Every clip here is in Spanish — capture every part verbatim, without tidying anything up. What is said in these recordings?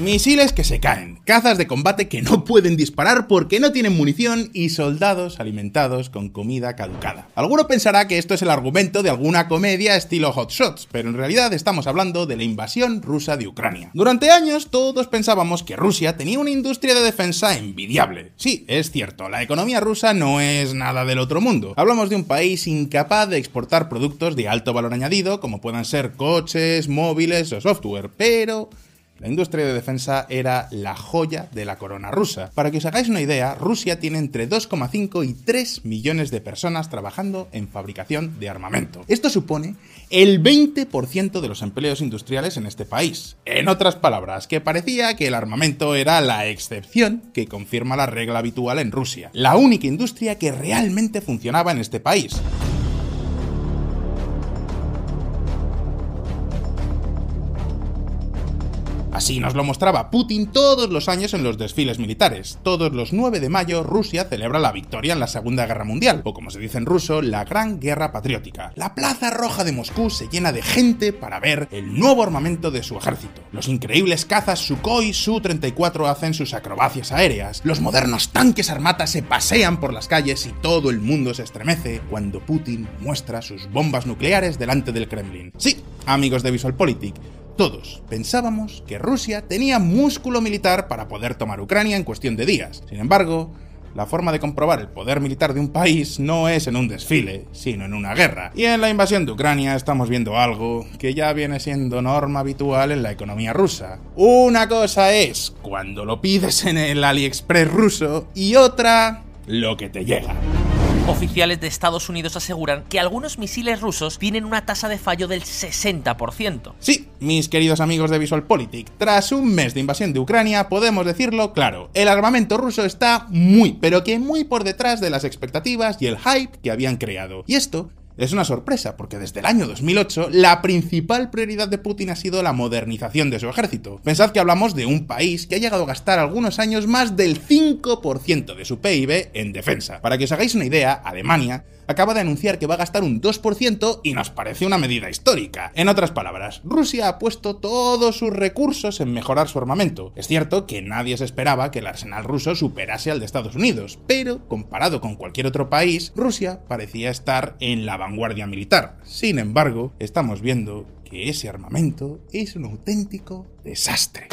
Misiles que se caen, cazas de combate que no pueden disparar porque no tienen munición y soldados alimentados con comida caducada. Alguno pensará que esto es el argumento de alguna comedia estilo Hot Shots, pero en realidad estamos hablando de la invasión rusa de Ucrania. Durante años todos pensábamos que Rusia tenía una industria de defensa envidiable. Sí, es cierto, la economía rusa no es nada del otro mundo. Hablamos de un país incapaz de exportar productos de alto valor añadido como puedan ser coches, móviles o software, pero la industria de defensa era la joya de la corona rusa. Para que os hagáis una idea, Rusia tiene entre dos coma cinco y tres millones de personas trabajando en fabricación de armamento. Esto supone el veinte por ciento de los empleos industriales en este país. En otras palabras, que parecía que el armamento era la excepción que confirma la regla habitual en Rusia. La única industria que realmente funcionaba en este país. Así nos lo mostraba Putin todos los años en los desfiles militares. Todos los nueve de mayo Rusia celebra la victoria en la Segunda Guerra Mundial, o como se dice en ruso, la Gran Guerra Patriótica. La Plaza Roja de Moscú se llena de gente para ver el nuevo armamento de su ejército. Los increíbles cazas Sukhoi Su treinta y cuatro hacen sus acrobacias aéreas. Los modernos tanques Armata se pasean por las calles y todo el mundo se estremece cuando Putin muestra sus bombas nucleares delante del Kremlin. Sí, amigos de VisualPolitik, todos pensábamos que Rusia tenía músculo militar para poder tomar Ucrania en cuestión de días. Sin embargo, la forma de comprobar el poder militar de un país no es en un desfile, sino en una guerra. Y en la invasión de Ucrania estamos viendo algo que ya viene siendo norma habitual en la economía rusa. Una cosa es cuando lo pides en el AliExpress ruso y otra, lo que te llega. Oficiales de Estados Unidos aseguran que algunos misiles rusos tienen una tasa de fallo del sesenta por ciento. Sí, mis queridos amigos de VisualPolitik, tras un mes de invasión de Ucrania podemos decirlo claro, el armamento ruso está muy, pero que muy por detrás de las expectativas y el hype que habían creado. Y esto es una sorpresa, porque desde el año dos mil ocho la principal prioridad de Putin ha sido la modernización de su ejército. Pensad que hablamos de un país que ha llegado a gastar algunos años más del cinco por ciento de su P I B en defensa. Para que os hagáis una idea, Alemania acaba de anunciar que va a gastar un dos por ciento y nos parece una medida histórica. En otras palabras, Rusia ha puesto todos sus recursos en mejorar su armamento. Es cierto que nadie se esperaba que el arsenal ruso superase al de Estados Unidos, pero comparado con cualquier otro país, Rusia parecía estar en la vanguardia militar. Sin embargo, estamos viendo que ese armamento es un auténtico desastre.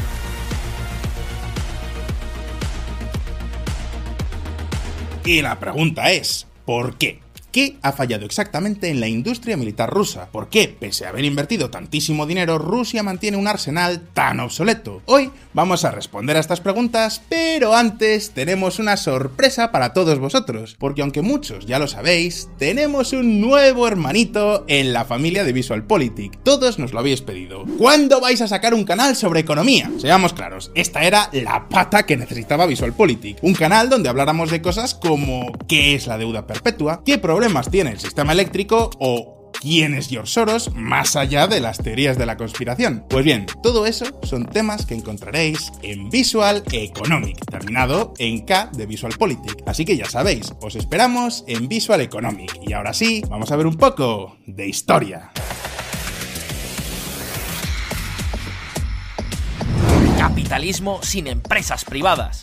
Y la pregunta es, ¿por qué? ¿Qué ha fallado exactamente en la industria militar rusa? ¿Por qué, pese a haber invertido tantísimo dinero, Rusia mantiene un arsenal tan obsoleto? Hoy vamos a responder a estas preguntas, pero antes tenemos una sorpresa para todos vosotros, porque aunque muchos ya lo sabéis, tenemos un nuevo hermanito en la familia de VisualPolitik. Todos nos lo habéis pedido. ¿Cuándo vais a sacar un canal sobre economía? Seamos claros, esta era la pata que necesitaba VisualPolitik. Un canal donde habláramos de cosas como ¿qué es la deuda perpetua? ¿Qué problemas problemas tiene el sistema eléctrico? ¿O quién es George Soros? Más allá de las teorías de la conspiración. Pues bien, todo eso son temas que encontraréis en Visual Economic, terminado en K de VisualPolitik. Así que ya sabéis, os esperamos en Visual Economic. Y ahora sí, vamos a ver un poco de historia. Capitalismo sin empresas privadas.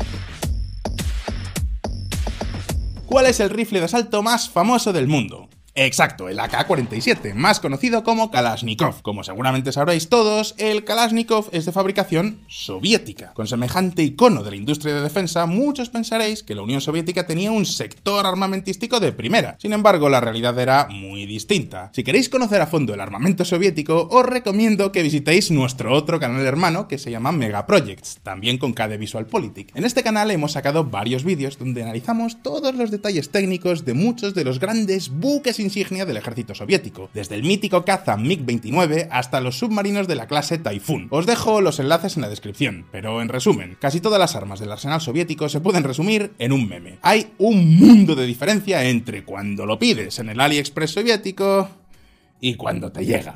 ¿Cuál es el rifle de asalto más famoso del mundo? Exacto, el A K cuarenta y siete, más conocido como Kalashnikov. Como seguramente sabréis todos, el Kalashnikov es de fabricación soviética. Con semejante icono de la industria de defensa, muchos pensaréis que la Unión Soviética tenía un sector armamentístico de primera. Sin embargo, la realidad era muy distinta. Si queréis conocer a fondo el armamento soviético, os recomiendo que visitéis nuestro otro canal hermano que se llama Mega Projects, también con K de VisualPolitik. En este canal hemos sacado varios vídeos donde analizamos todos los detalles técnicos de muchos de los grandes buques insignia del ejército soviético, desde el mítico caza MiG veintinueve hasta los submarinos de la clase Taifun. Os dejo los enlaces en la descripción, pero en resumen, casi todas las armas del arsenal soviético se pueden resumir en un meme. Hay un mundo de diferencia entre cuando lo pides en el AliExpress soviético y cuando te llega.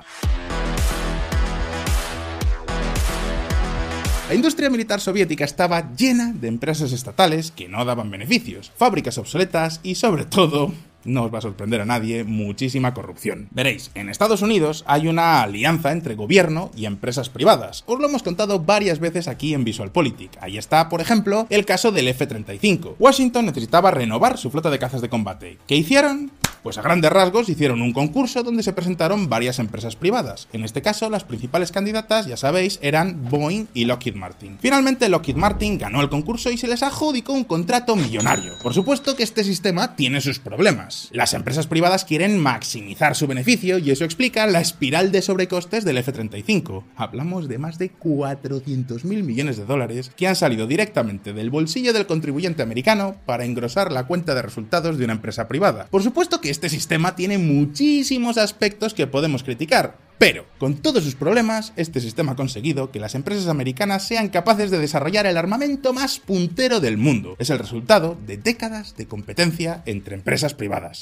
La industria militar soviética estaba llena de empresas estatales que no daban beneficios, fábricas obsoletas y, sobre todo, no os va a sorprender a nadie, muchísima corrupción. Veréis, en Estados Unidos hay una alianza entre gobierno y empresas privadas. Os lo hemos contado varias veces aquí en VisualPolitik. Ahí está, por ejemplo, el caso del F treinta y cinco. Washington necesitaba renovar su flota de cazas de combate. ¿Qué hicieron? Pues a grandes rasgos hicieron un concurso donde se presentaron varias empresas privadas. En este caso, las principales candidatas, ya sabéis, eran Boeing y Lockheed Martin. Finalmente, Lockheed Martin ganó el concurso y se les adjudicó un contrato millonario. Por supuesto que este sistema tiene sus problemas. Las empresas privadas quieren maximizar su beneficio y eso explica la espiral de sobrecostes del F treinta y cinco. Hablamos de más de cuatrocientos mil millones de dólares que han salido directamente del bolsillo del contribuyente americano para engrosar la cuenta de resultados de una empresa privada. Por supuesto que este sistema tiene muchísimos aspectos que podemos criticar, pero, con todos sus problemas, este sistema ha conseguido que las empresas americanas sean capaces de desarrollar el armamento más puntero del mundo. Es el resultado de décadas de competencia entre empresas privadas.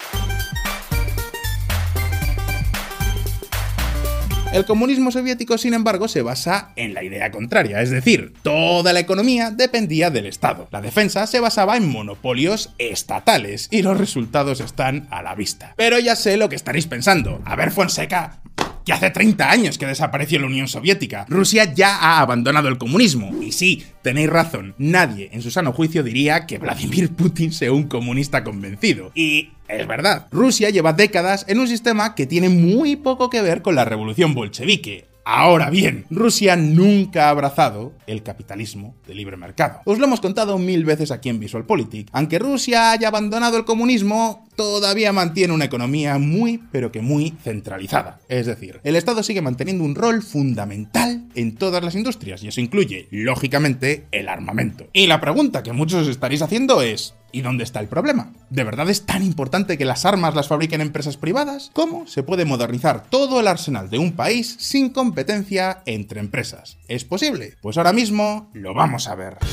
El comunismo soviético, sin embargo, se basa en la idea contraria, es decir, toda la economía dependía del Estado. La defensa se basaba en monopolios estatales y los resultados están a la vista. Pero ya sé lo que estaréis pensando. A ver, Fonseca, que hace treinta años que desapareció la Unión Soviética. Rusia ya ha abandonado el comunismo. Y sí, tenéis razón, nadie en su sano juicio diría que Vladimir Putin sea un comunista convencido. Y es verdad, Rusia lleva décadas en un sistema que tiene muy poco que ver con la revolución bolchevique. Ahora bien, Rusia nunca ha abrazado el capitalismo de libre mercado. Os lo hemos contado mil veces aquí en VisualPolitik. Aunque Rusia haya abandonado el comunismo, todavía mantiene una economía muy, pero que muy centralizada. Es decir, el Estado sigue manteniendo un rol fundamental en todas las industrias, y eso incluye, lógicamente, el armamento. Y la pregunta que muchos os estaréis haciendo es: ¿y dónde está el problema? ¿De verdad es tan importante que las armas las fabriquen empresas privadas? ¿Cómo se puede modernizar todo el arsenal de un país sin competencia entre empresas? ¿Es posible? Pues ahora mismo lo vamos a ver.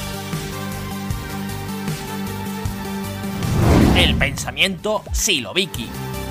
El pensamiento siloviki.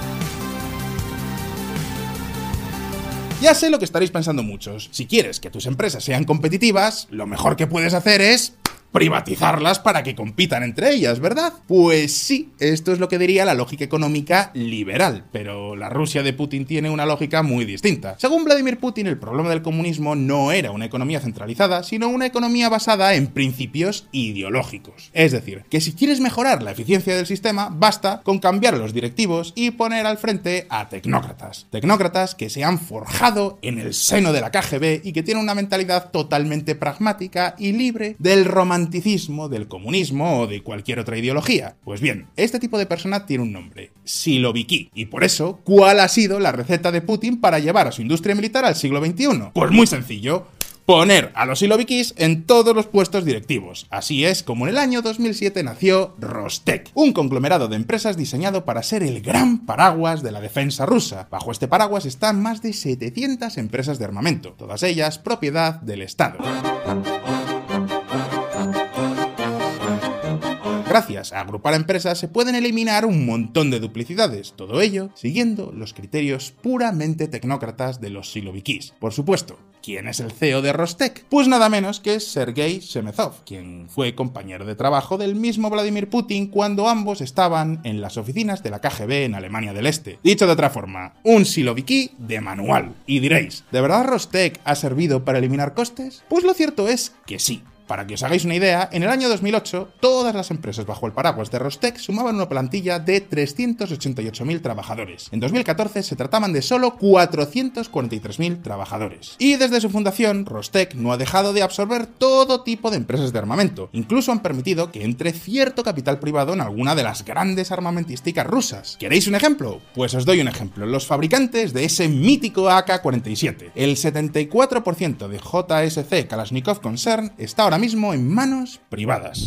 Ya sé lo que estaréis pensando muchos. Si quieres que tus empresas sean competitivas, lo mejor que puedes hacer es privatizarlas para que compitan entre ellas, ¿verdad? Pues sí, esto es lo que diría la lógica económica liberal, pero la Rusia de Putin tiene una lógica muy distinta. Según Vladimir Putin, el problema del comunismo no era una economía centralizada, sino una economía basada en principios ideológicos. Es decir, que si quieres mejorar la eficiencia del sistema, basta con cambiar a los directivos y poner al frente a tecnócratas. Tecnócratas que se han forjado en el seno de la K G B y que tienen una mentalidad totalmente pragmática y libre del romanticismo del comunismo o de cualquier otra ideología. Pues bien, este tipo de persona tiene un nombre: siloviki. Y por eso, ¿cuál ha sido la receta de Putin para llevar a su industria militar al siglo veintiuno? Pues muy sencillo: poner a los silovikis en todos los puestos directivos. Así es como en el año dos mil siete nació Rostec, un conglomerado de empresas diseñado para ser el gran paraguas de la defensa rusa. Bajo este paraguas están más de setecientas empresas de armamento, todas ellas propiedad del Estado. Gracias a agrupar empresas se pueden eliminar un montón de duplicidades, todo ello siguiendo los criterios puramente tecnócratas de los silovikis. Por supuesto, ¿quién es el C E O de Rostec? Pues nada menos que Sergei Semezov, quien fue compañero de trabajo del mismo Vladimir Putin cuando ambos estaban en las oficinas de la K G B en Alemania del Este. Dicho de otra forma, un siloviki de manual. Y diréis, ¿de verdad Rostec ha servido para eliminar costes? Pues lo cierto es que sí. Para que os hagáis una idea, en el año dos mil ocho, todas las empresas bajo el paraguas de Rostec sumaban una plantilla de trescientos ochenta y ocho mil trabajadores. En dos mil catorce se trataban de solo cuatrocientos cuarenta y tres mil trabajadores. Y desde su fundación, Rostec no ha dejado de absorber todo tipo de empresas de armamento. Incluso han permitido que entre cierto capital privado en alguna de las grandes armamentísticas rusas. ¿Queréis un ejemplo? Pues os doy un ejemplo. Los fabricantes de ese mítico A K cuarenta y siete. El setenta y cuatro por ciento de J S C Kalashnikov Concern está ahora mismo en manos privadas.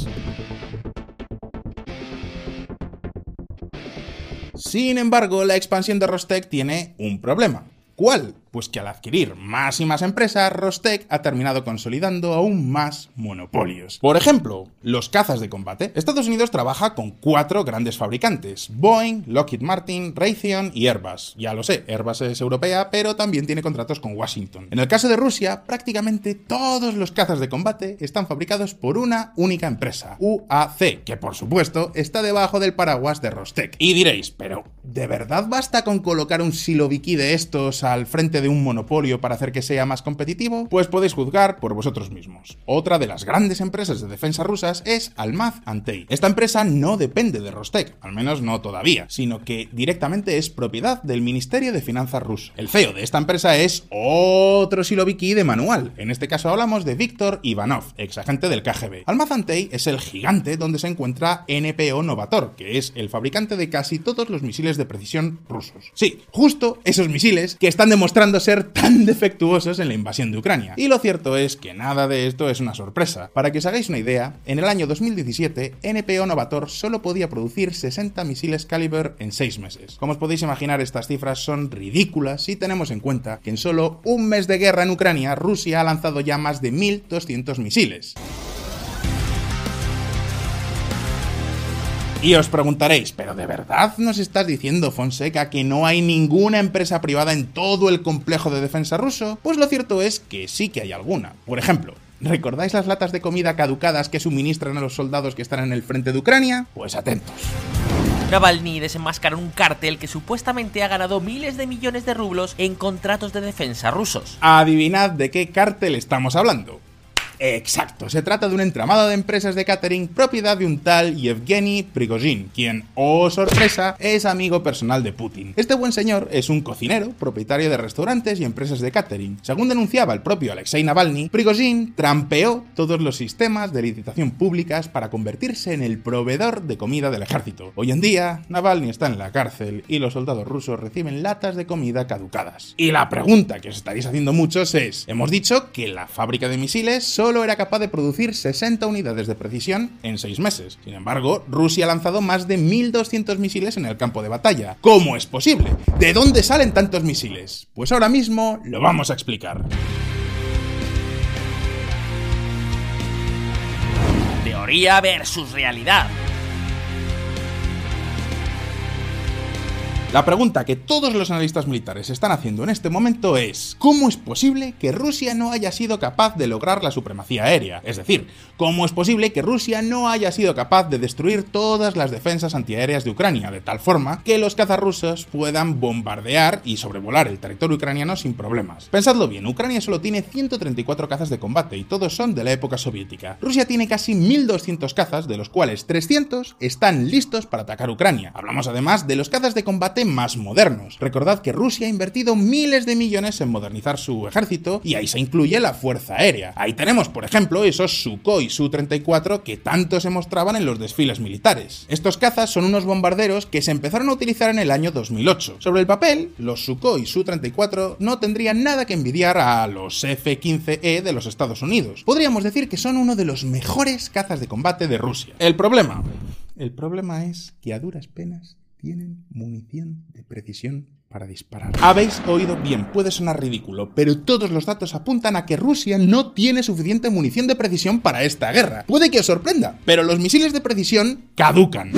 Sin embargo, la expansión de Rostec tiene un problema. ¿Cuál? Pues que al adquirir más y más empresas, Rostec ha terminado consolidando aún más monopolios. Por ejemplo, los cazas de combate. Estados Unidos trabaja con cuatro grandes fabricantes: Boeing, Lockheed Martin, Raytheon y Airbus. Ya lo sé, Airbus es europea, pero también tiene contratos con Washington. En el caso de Rusia, prácticamente todos los cazas de combate están fabricados por una única empresa, U A C, que por supuesto está debajo del paraguas de Rostec. Y diréis, pero ¿de verdad basta con colocar un siloviki de estos al frente de un monopolio para hacer que sea más competitivo? Pues podéis juzgar por vosotros mismos. Otra de las grandes empresas de defensa rusas es Almaz-Antey. Esta empresa no depende de Rostec, al menos no todavía, sino que directamente es propiedad del Ministerio de Finanzas ruso. El C E O de esta empresa es otro siloviki de manual. En este caso hablamos de Víctor Ivanov, ex agente del K G B. Almaz-Antey es el gigante donde se encuentra N P O Novator, que es el fabricante de casi todos los misiles de precisión rusos. Sí, justo esos misiles que están demostrando ser tan defectuosos en la invasión de Ucrania. Y lo cierto es que nada de esto es una sorpresa. Para que os hagáis una idea, en el año dos mil diecisiete, N P O Novator solo podía producir sesenta misiles Caliber en seis meses. Como os podéis imaginar, estas cifras son ridículas si tenemos en cuenta que en solo un mes de guerra en Ucrania, Rusia ha lanzado ya más de mil doscientos misiles. Y os preguntaréis, ¿pero de verdad nos estás diciendo, Fonseca, que no hay ninguna empresa privada en todo el complejo de defensa ruso? Pues lo cierto es que sí que hay alguna. Por ejemplo, ¿recordáis las latas de comida caducadas que suministran a los soldados que están en el frente de Ucrania? Pues atentos. Navalny desenmascaró un cártel que supuestamente ha ganado miles de millones de rublos en contratos de defensa rusos. Adivinad de qué cártel estamos hablando. Exacto, se trata de un entramado de empresas de catering propiedad de un tal Yevgeny Prigozhin, quien, oh sorpresa, es amigo personal de Putin. Este buen señor es un cocinero, propietario de restaurantes y empresas de catering. Según denunciaba el propio Alexei Navalny, Prigozhin trampeó todos los sistemas de licitación públicas para convertirse en el proveedor de comida del ejército. Hoy en día, Navalny está en la cárcel y los soldados rusos reciben latas de comida caducadas. Y la pregunta que os estaréis haciendo muchos es, hemos dicho que la fábrica de misiles solo solo era capaz de producir sesenta unidades de precisión en seis meses. Sin embargo, Rusia ha lanzado más de mil doscientos misiles en el campo de batalla. ¿Cómo es posible? ¿De dónde salen tantos misiles? Pues ahora mismo lo vamos a explicar. Teoría versus realidad. La pregunta que todos los analistas militares están haciendo en este momento es ¿cómo es posible que Rusia no haya sido capaz de lograr la supremacía aérea? Es decir, ¿cómo es posible que Rusia no haya sido capaz de destruir todas las defensas antiaéreas de Ucrania, de tal forma que los cazas rusos puedan bombardear y sobrevolar el territorio ucraniano sin problemas? Pensadlo bien, Ucrania solo tiene ciento treinta y cuatro cazas de combate y todos son de la época soviética. Rusia tiene casi mil doscientos cazas, de los cuales trescientos están listos para atacar Ucrania. Hablamos además de los cazas de combate más modernos. Recordad que Rusia ha invertido miles de millones en modernizar su ejército y ahí se incluye la fuerza aérea. Ahí tenemos, por ejemplo, esos Sukhoi Su treinta y cuatro que tanto se mostraban en los desfiles militares. Estos cazas son unos bombarderos que se empezaron a utilizar en el año dos mil ocho. Sobre el papel, los Sukhoi Su treinta y cuatro no tendrían nada que envidiar a los F quince E de los Estados Unidos. Podríamos decir que son uno de los mejores cazas de combate de Rusia. El problema... El problema es que a duras penas tienen munición de precisión para disparar. Habéis oído bien, puede sonar ridículo, pero todos los datos apuntan a que Rusia no tiene suficiente munición de precisión para esta guerra. Puede que os sorprenda, pero los misiles de precisión caducan.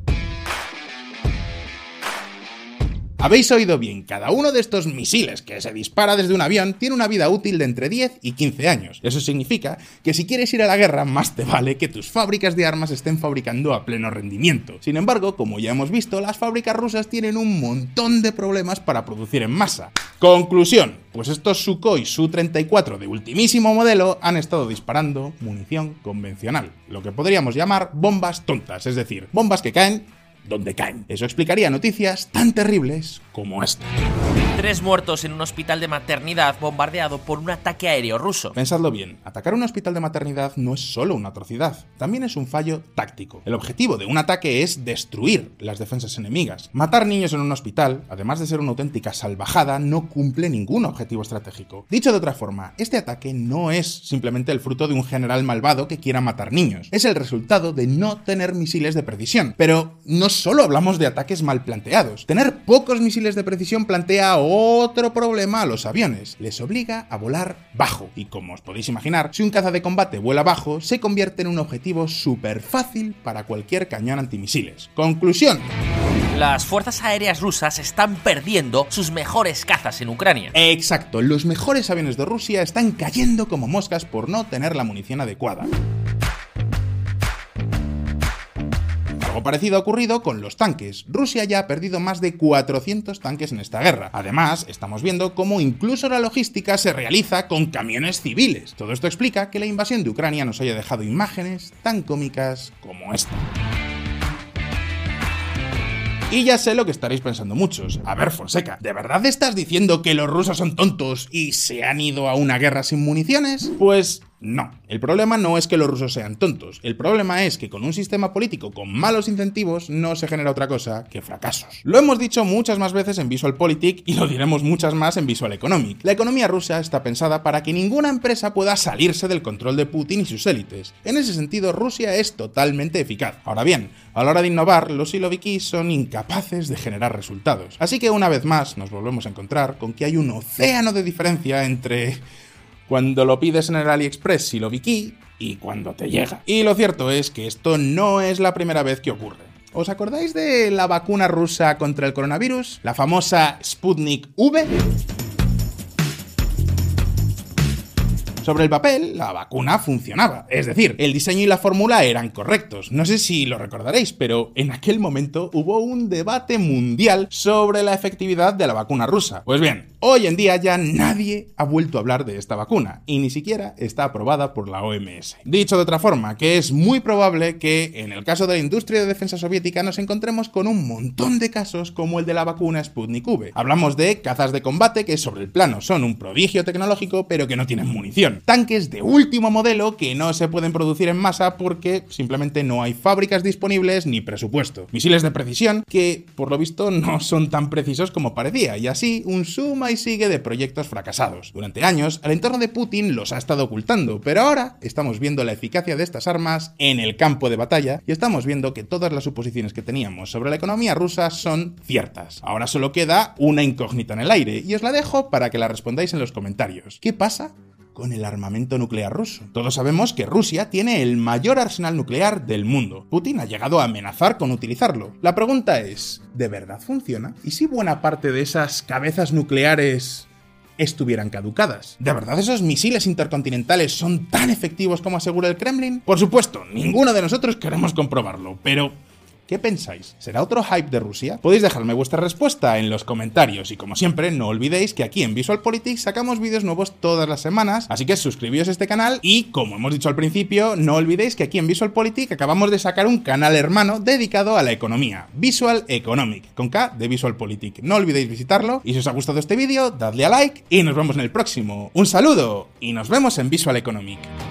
Habéis oído bien, cada uno de estos misiles que se dispara desde un avión tiene una vida útil de entre diez y quince años. Eso significa que si quieres ir a la guerra, más te vale que tus fábricas de armas estén fabricando a pleno rendimiento. Sin embargo, como ya hemos visto, las fábricas rusas tienen un montón de problemas para producir en masa. Conclusión, pues estos Sukhoi Su treinta y cuatro de ultimísimo modelo han estado disparando munición convencional, lo que podríamos llamar bombas tontas, es decir, bombas que caen donde caen. Eso explicaría noticias tan terribles como esta. Tres muertos en un hospital de maternidad bombardeado por un ataque aéreo ruso. Pensadlo bien, atacar un hospital de maternidad no es solo una atrocidad, también es un fallo táctico. El objetivo de un ataque es destruir las defensas enemigas. Matar niños en un hospital, además de ser una auténtica salvajada, no cumple ningún objetivo estratégico. Dicho de otra forma, este ataque no es simplemente el fruto de un general malvado que quiera matar niños, es el resultado de no tener misiles de precisión. Pero no solo hablamos de ataques mal planteados. Tener pocos misiles de precisión plantea crea otro problema a los aviones, les obliga a volar bajo, y como os podéis imaginar, si un caza de combate vuela bajo, se convierte en un objetivo súper fácil para cualquier cañón antimisiles. Conclusión: las fuerzas aéreas rusas están perdiendo sus mejores cazas en Ucrania. Exacto, los mejores aviones de Rusia están cayendo como moscas por no tener la munición adecuada. Algo parecido ha ocurrido con los tanques. Rusia ya ha perdido más de cuatrocientos tanques en esta guerra. Además, estamos viendo cómo incluso la logística se realiza con camiones civiles. Todo esto explica que la invasión de Ucrania nos haya dejado imágenes tan cómicas como esta. Y ya sé lo que estaréis pensando muchos. A ver, Fonseca, ¿de verdad estás diciendo que los rusos son tontos y se han ido a una guerra sin municiones? Pues no, el problema no es que los rusos sean tontos, el problema es que con un sistema político con malos incentivos no se genera otra cosa que fracasos. Lo hemos dicho muchas más veces en VisualPolitik y lo diremos muchas más en VisualEconomic. La economía rusa está pensada para que ninguna empresa pueda salirse del control de Putin y sus élites. En ese sentido, Rusia es totalmente eficaz. Ahora bien, a la hora de innovar, los silovikis son incapaces de generar resultados. Así que una vez más nos volvemos a encontrar con que hay un océano de diferencia entre cuando lo pides en el AliExpress siloviki y cuando te llega. Y lo cierto es que esto no es la primera vez que ocurre. ¿Os acordáis de la vacuna rusa contra el coronavirus? La famosa Sputnik V. Sobre el papel, la vacuna funcionaba. Es decir, el diseño y la fórmula eran correctos. No sé si lo recordaréis, pero en aquel momento hubo un debate mundial sobre la efectividad de la vacuna rusa. Pues bien, hoy en día ya nadie ha vuelto a hablar de esta vacuna, y ni siquiera está aprobada por la O M S. Dicho de otra forma, que es muy probable que, en el caso de la industria de defensa soviética, nos encontremos con un montón de casos como el de la vacuna Sputnik V. Hablamos de cazas de combate que sobre el plano son un prodigio tecnológico, pero que no tienen munición. Tanques de último modelo que no se pueden producir en masa porque simplemente no hay fábricas disponibles ni presupuesto. Misiles de precisión que, por lo visto, no son tan precisos como parecía, y así un suma y sigue de proyectos fracasados. Durante años, el entorno de Putin los ha estado ocultando, pero ahora estamos viendo la eficacia de estas armas en el campo de batalla y estamos viendo que todas las suposiciones que teníamos sobre la economía rusa son ciertas. Ahora solo queda una incógnita en el aire y os la dejo para que la respondáis en los comentarios. ¿Qué pasa con el armamento nuclear ruso? Todos sabemos que Rusia tiene el mayor arsenal nuclear del mundo. Putin ha llegado a amenazar con utilizarlo. La pregunta es, ¿de verdad funciona? ¿Y si buena parte de esas cabezas nucleares estuvieran caducadas? ¿De verdad esos misiles intercontinentales son tan efectivos como asegura el Kremlin? Por supuesto, ninguno de nosotros queremos comprobarlo, pero ¿qué pensáis? ¿Será otro hype de Rusia? Podéis dejarme vuestra respuesta en los comentarios y como siempre no olvidéis que aquí en VisualPolitik sacamos vídeos nuevos todas las semanas, así que suscribíos a este canal y como hemos dicho al principio, no olvidéis que aquí en VisualPolitik acabamos de sacar un canal hermano dedicado a la economía, VisualEconomic, con K de VisualPolitik. No olvidéis visitarlo y si os ha gustado este vídeo, dadle a like y nos vemos en el próximo. Un saludo y nos vemos en VisualEconomic.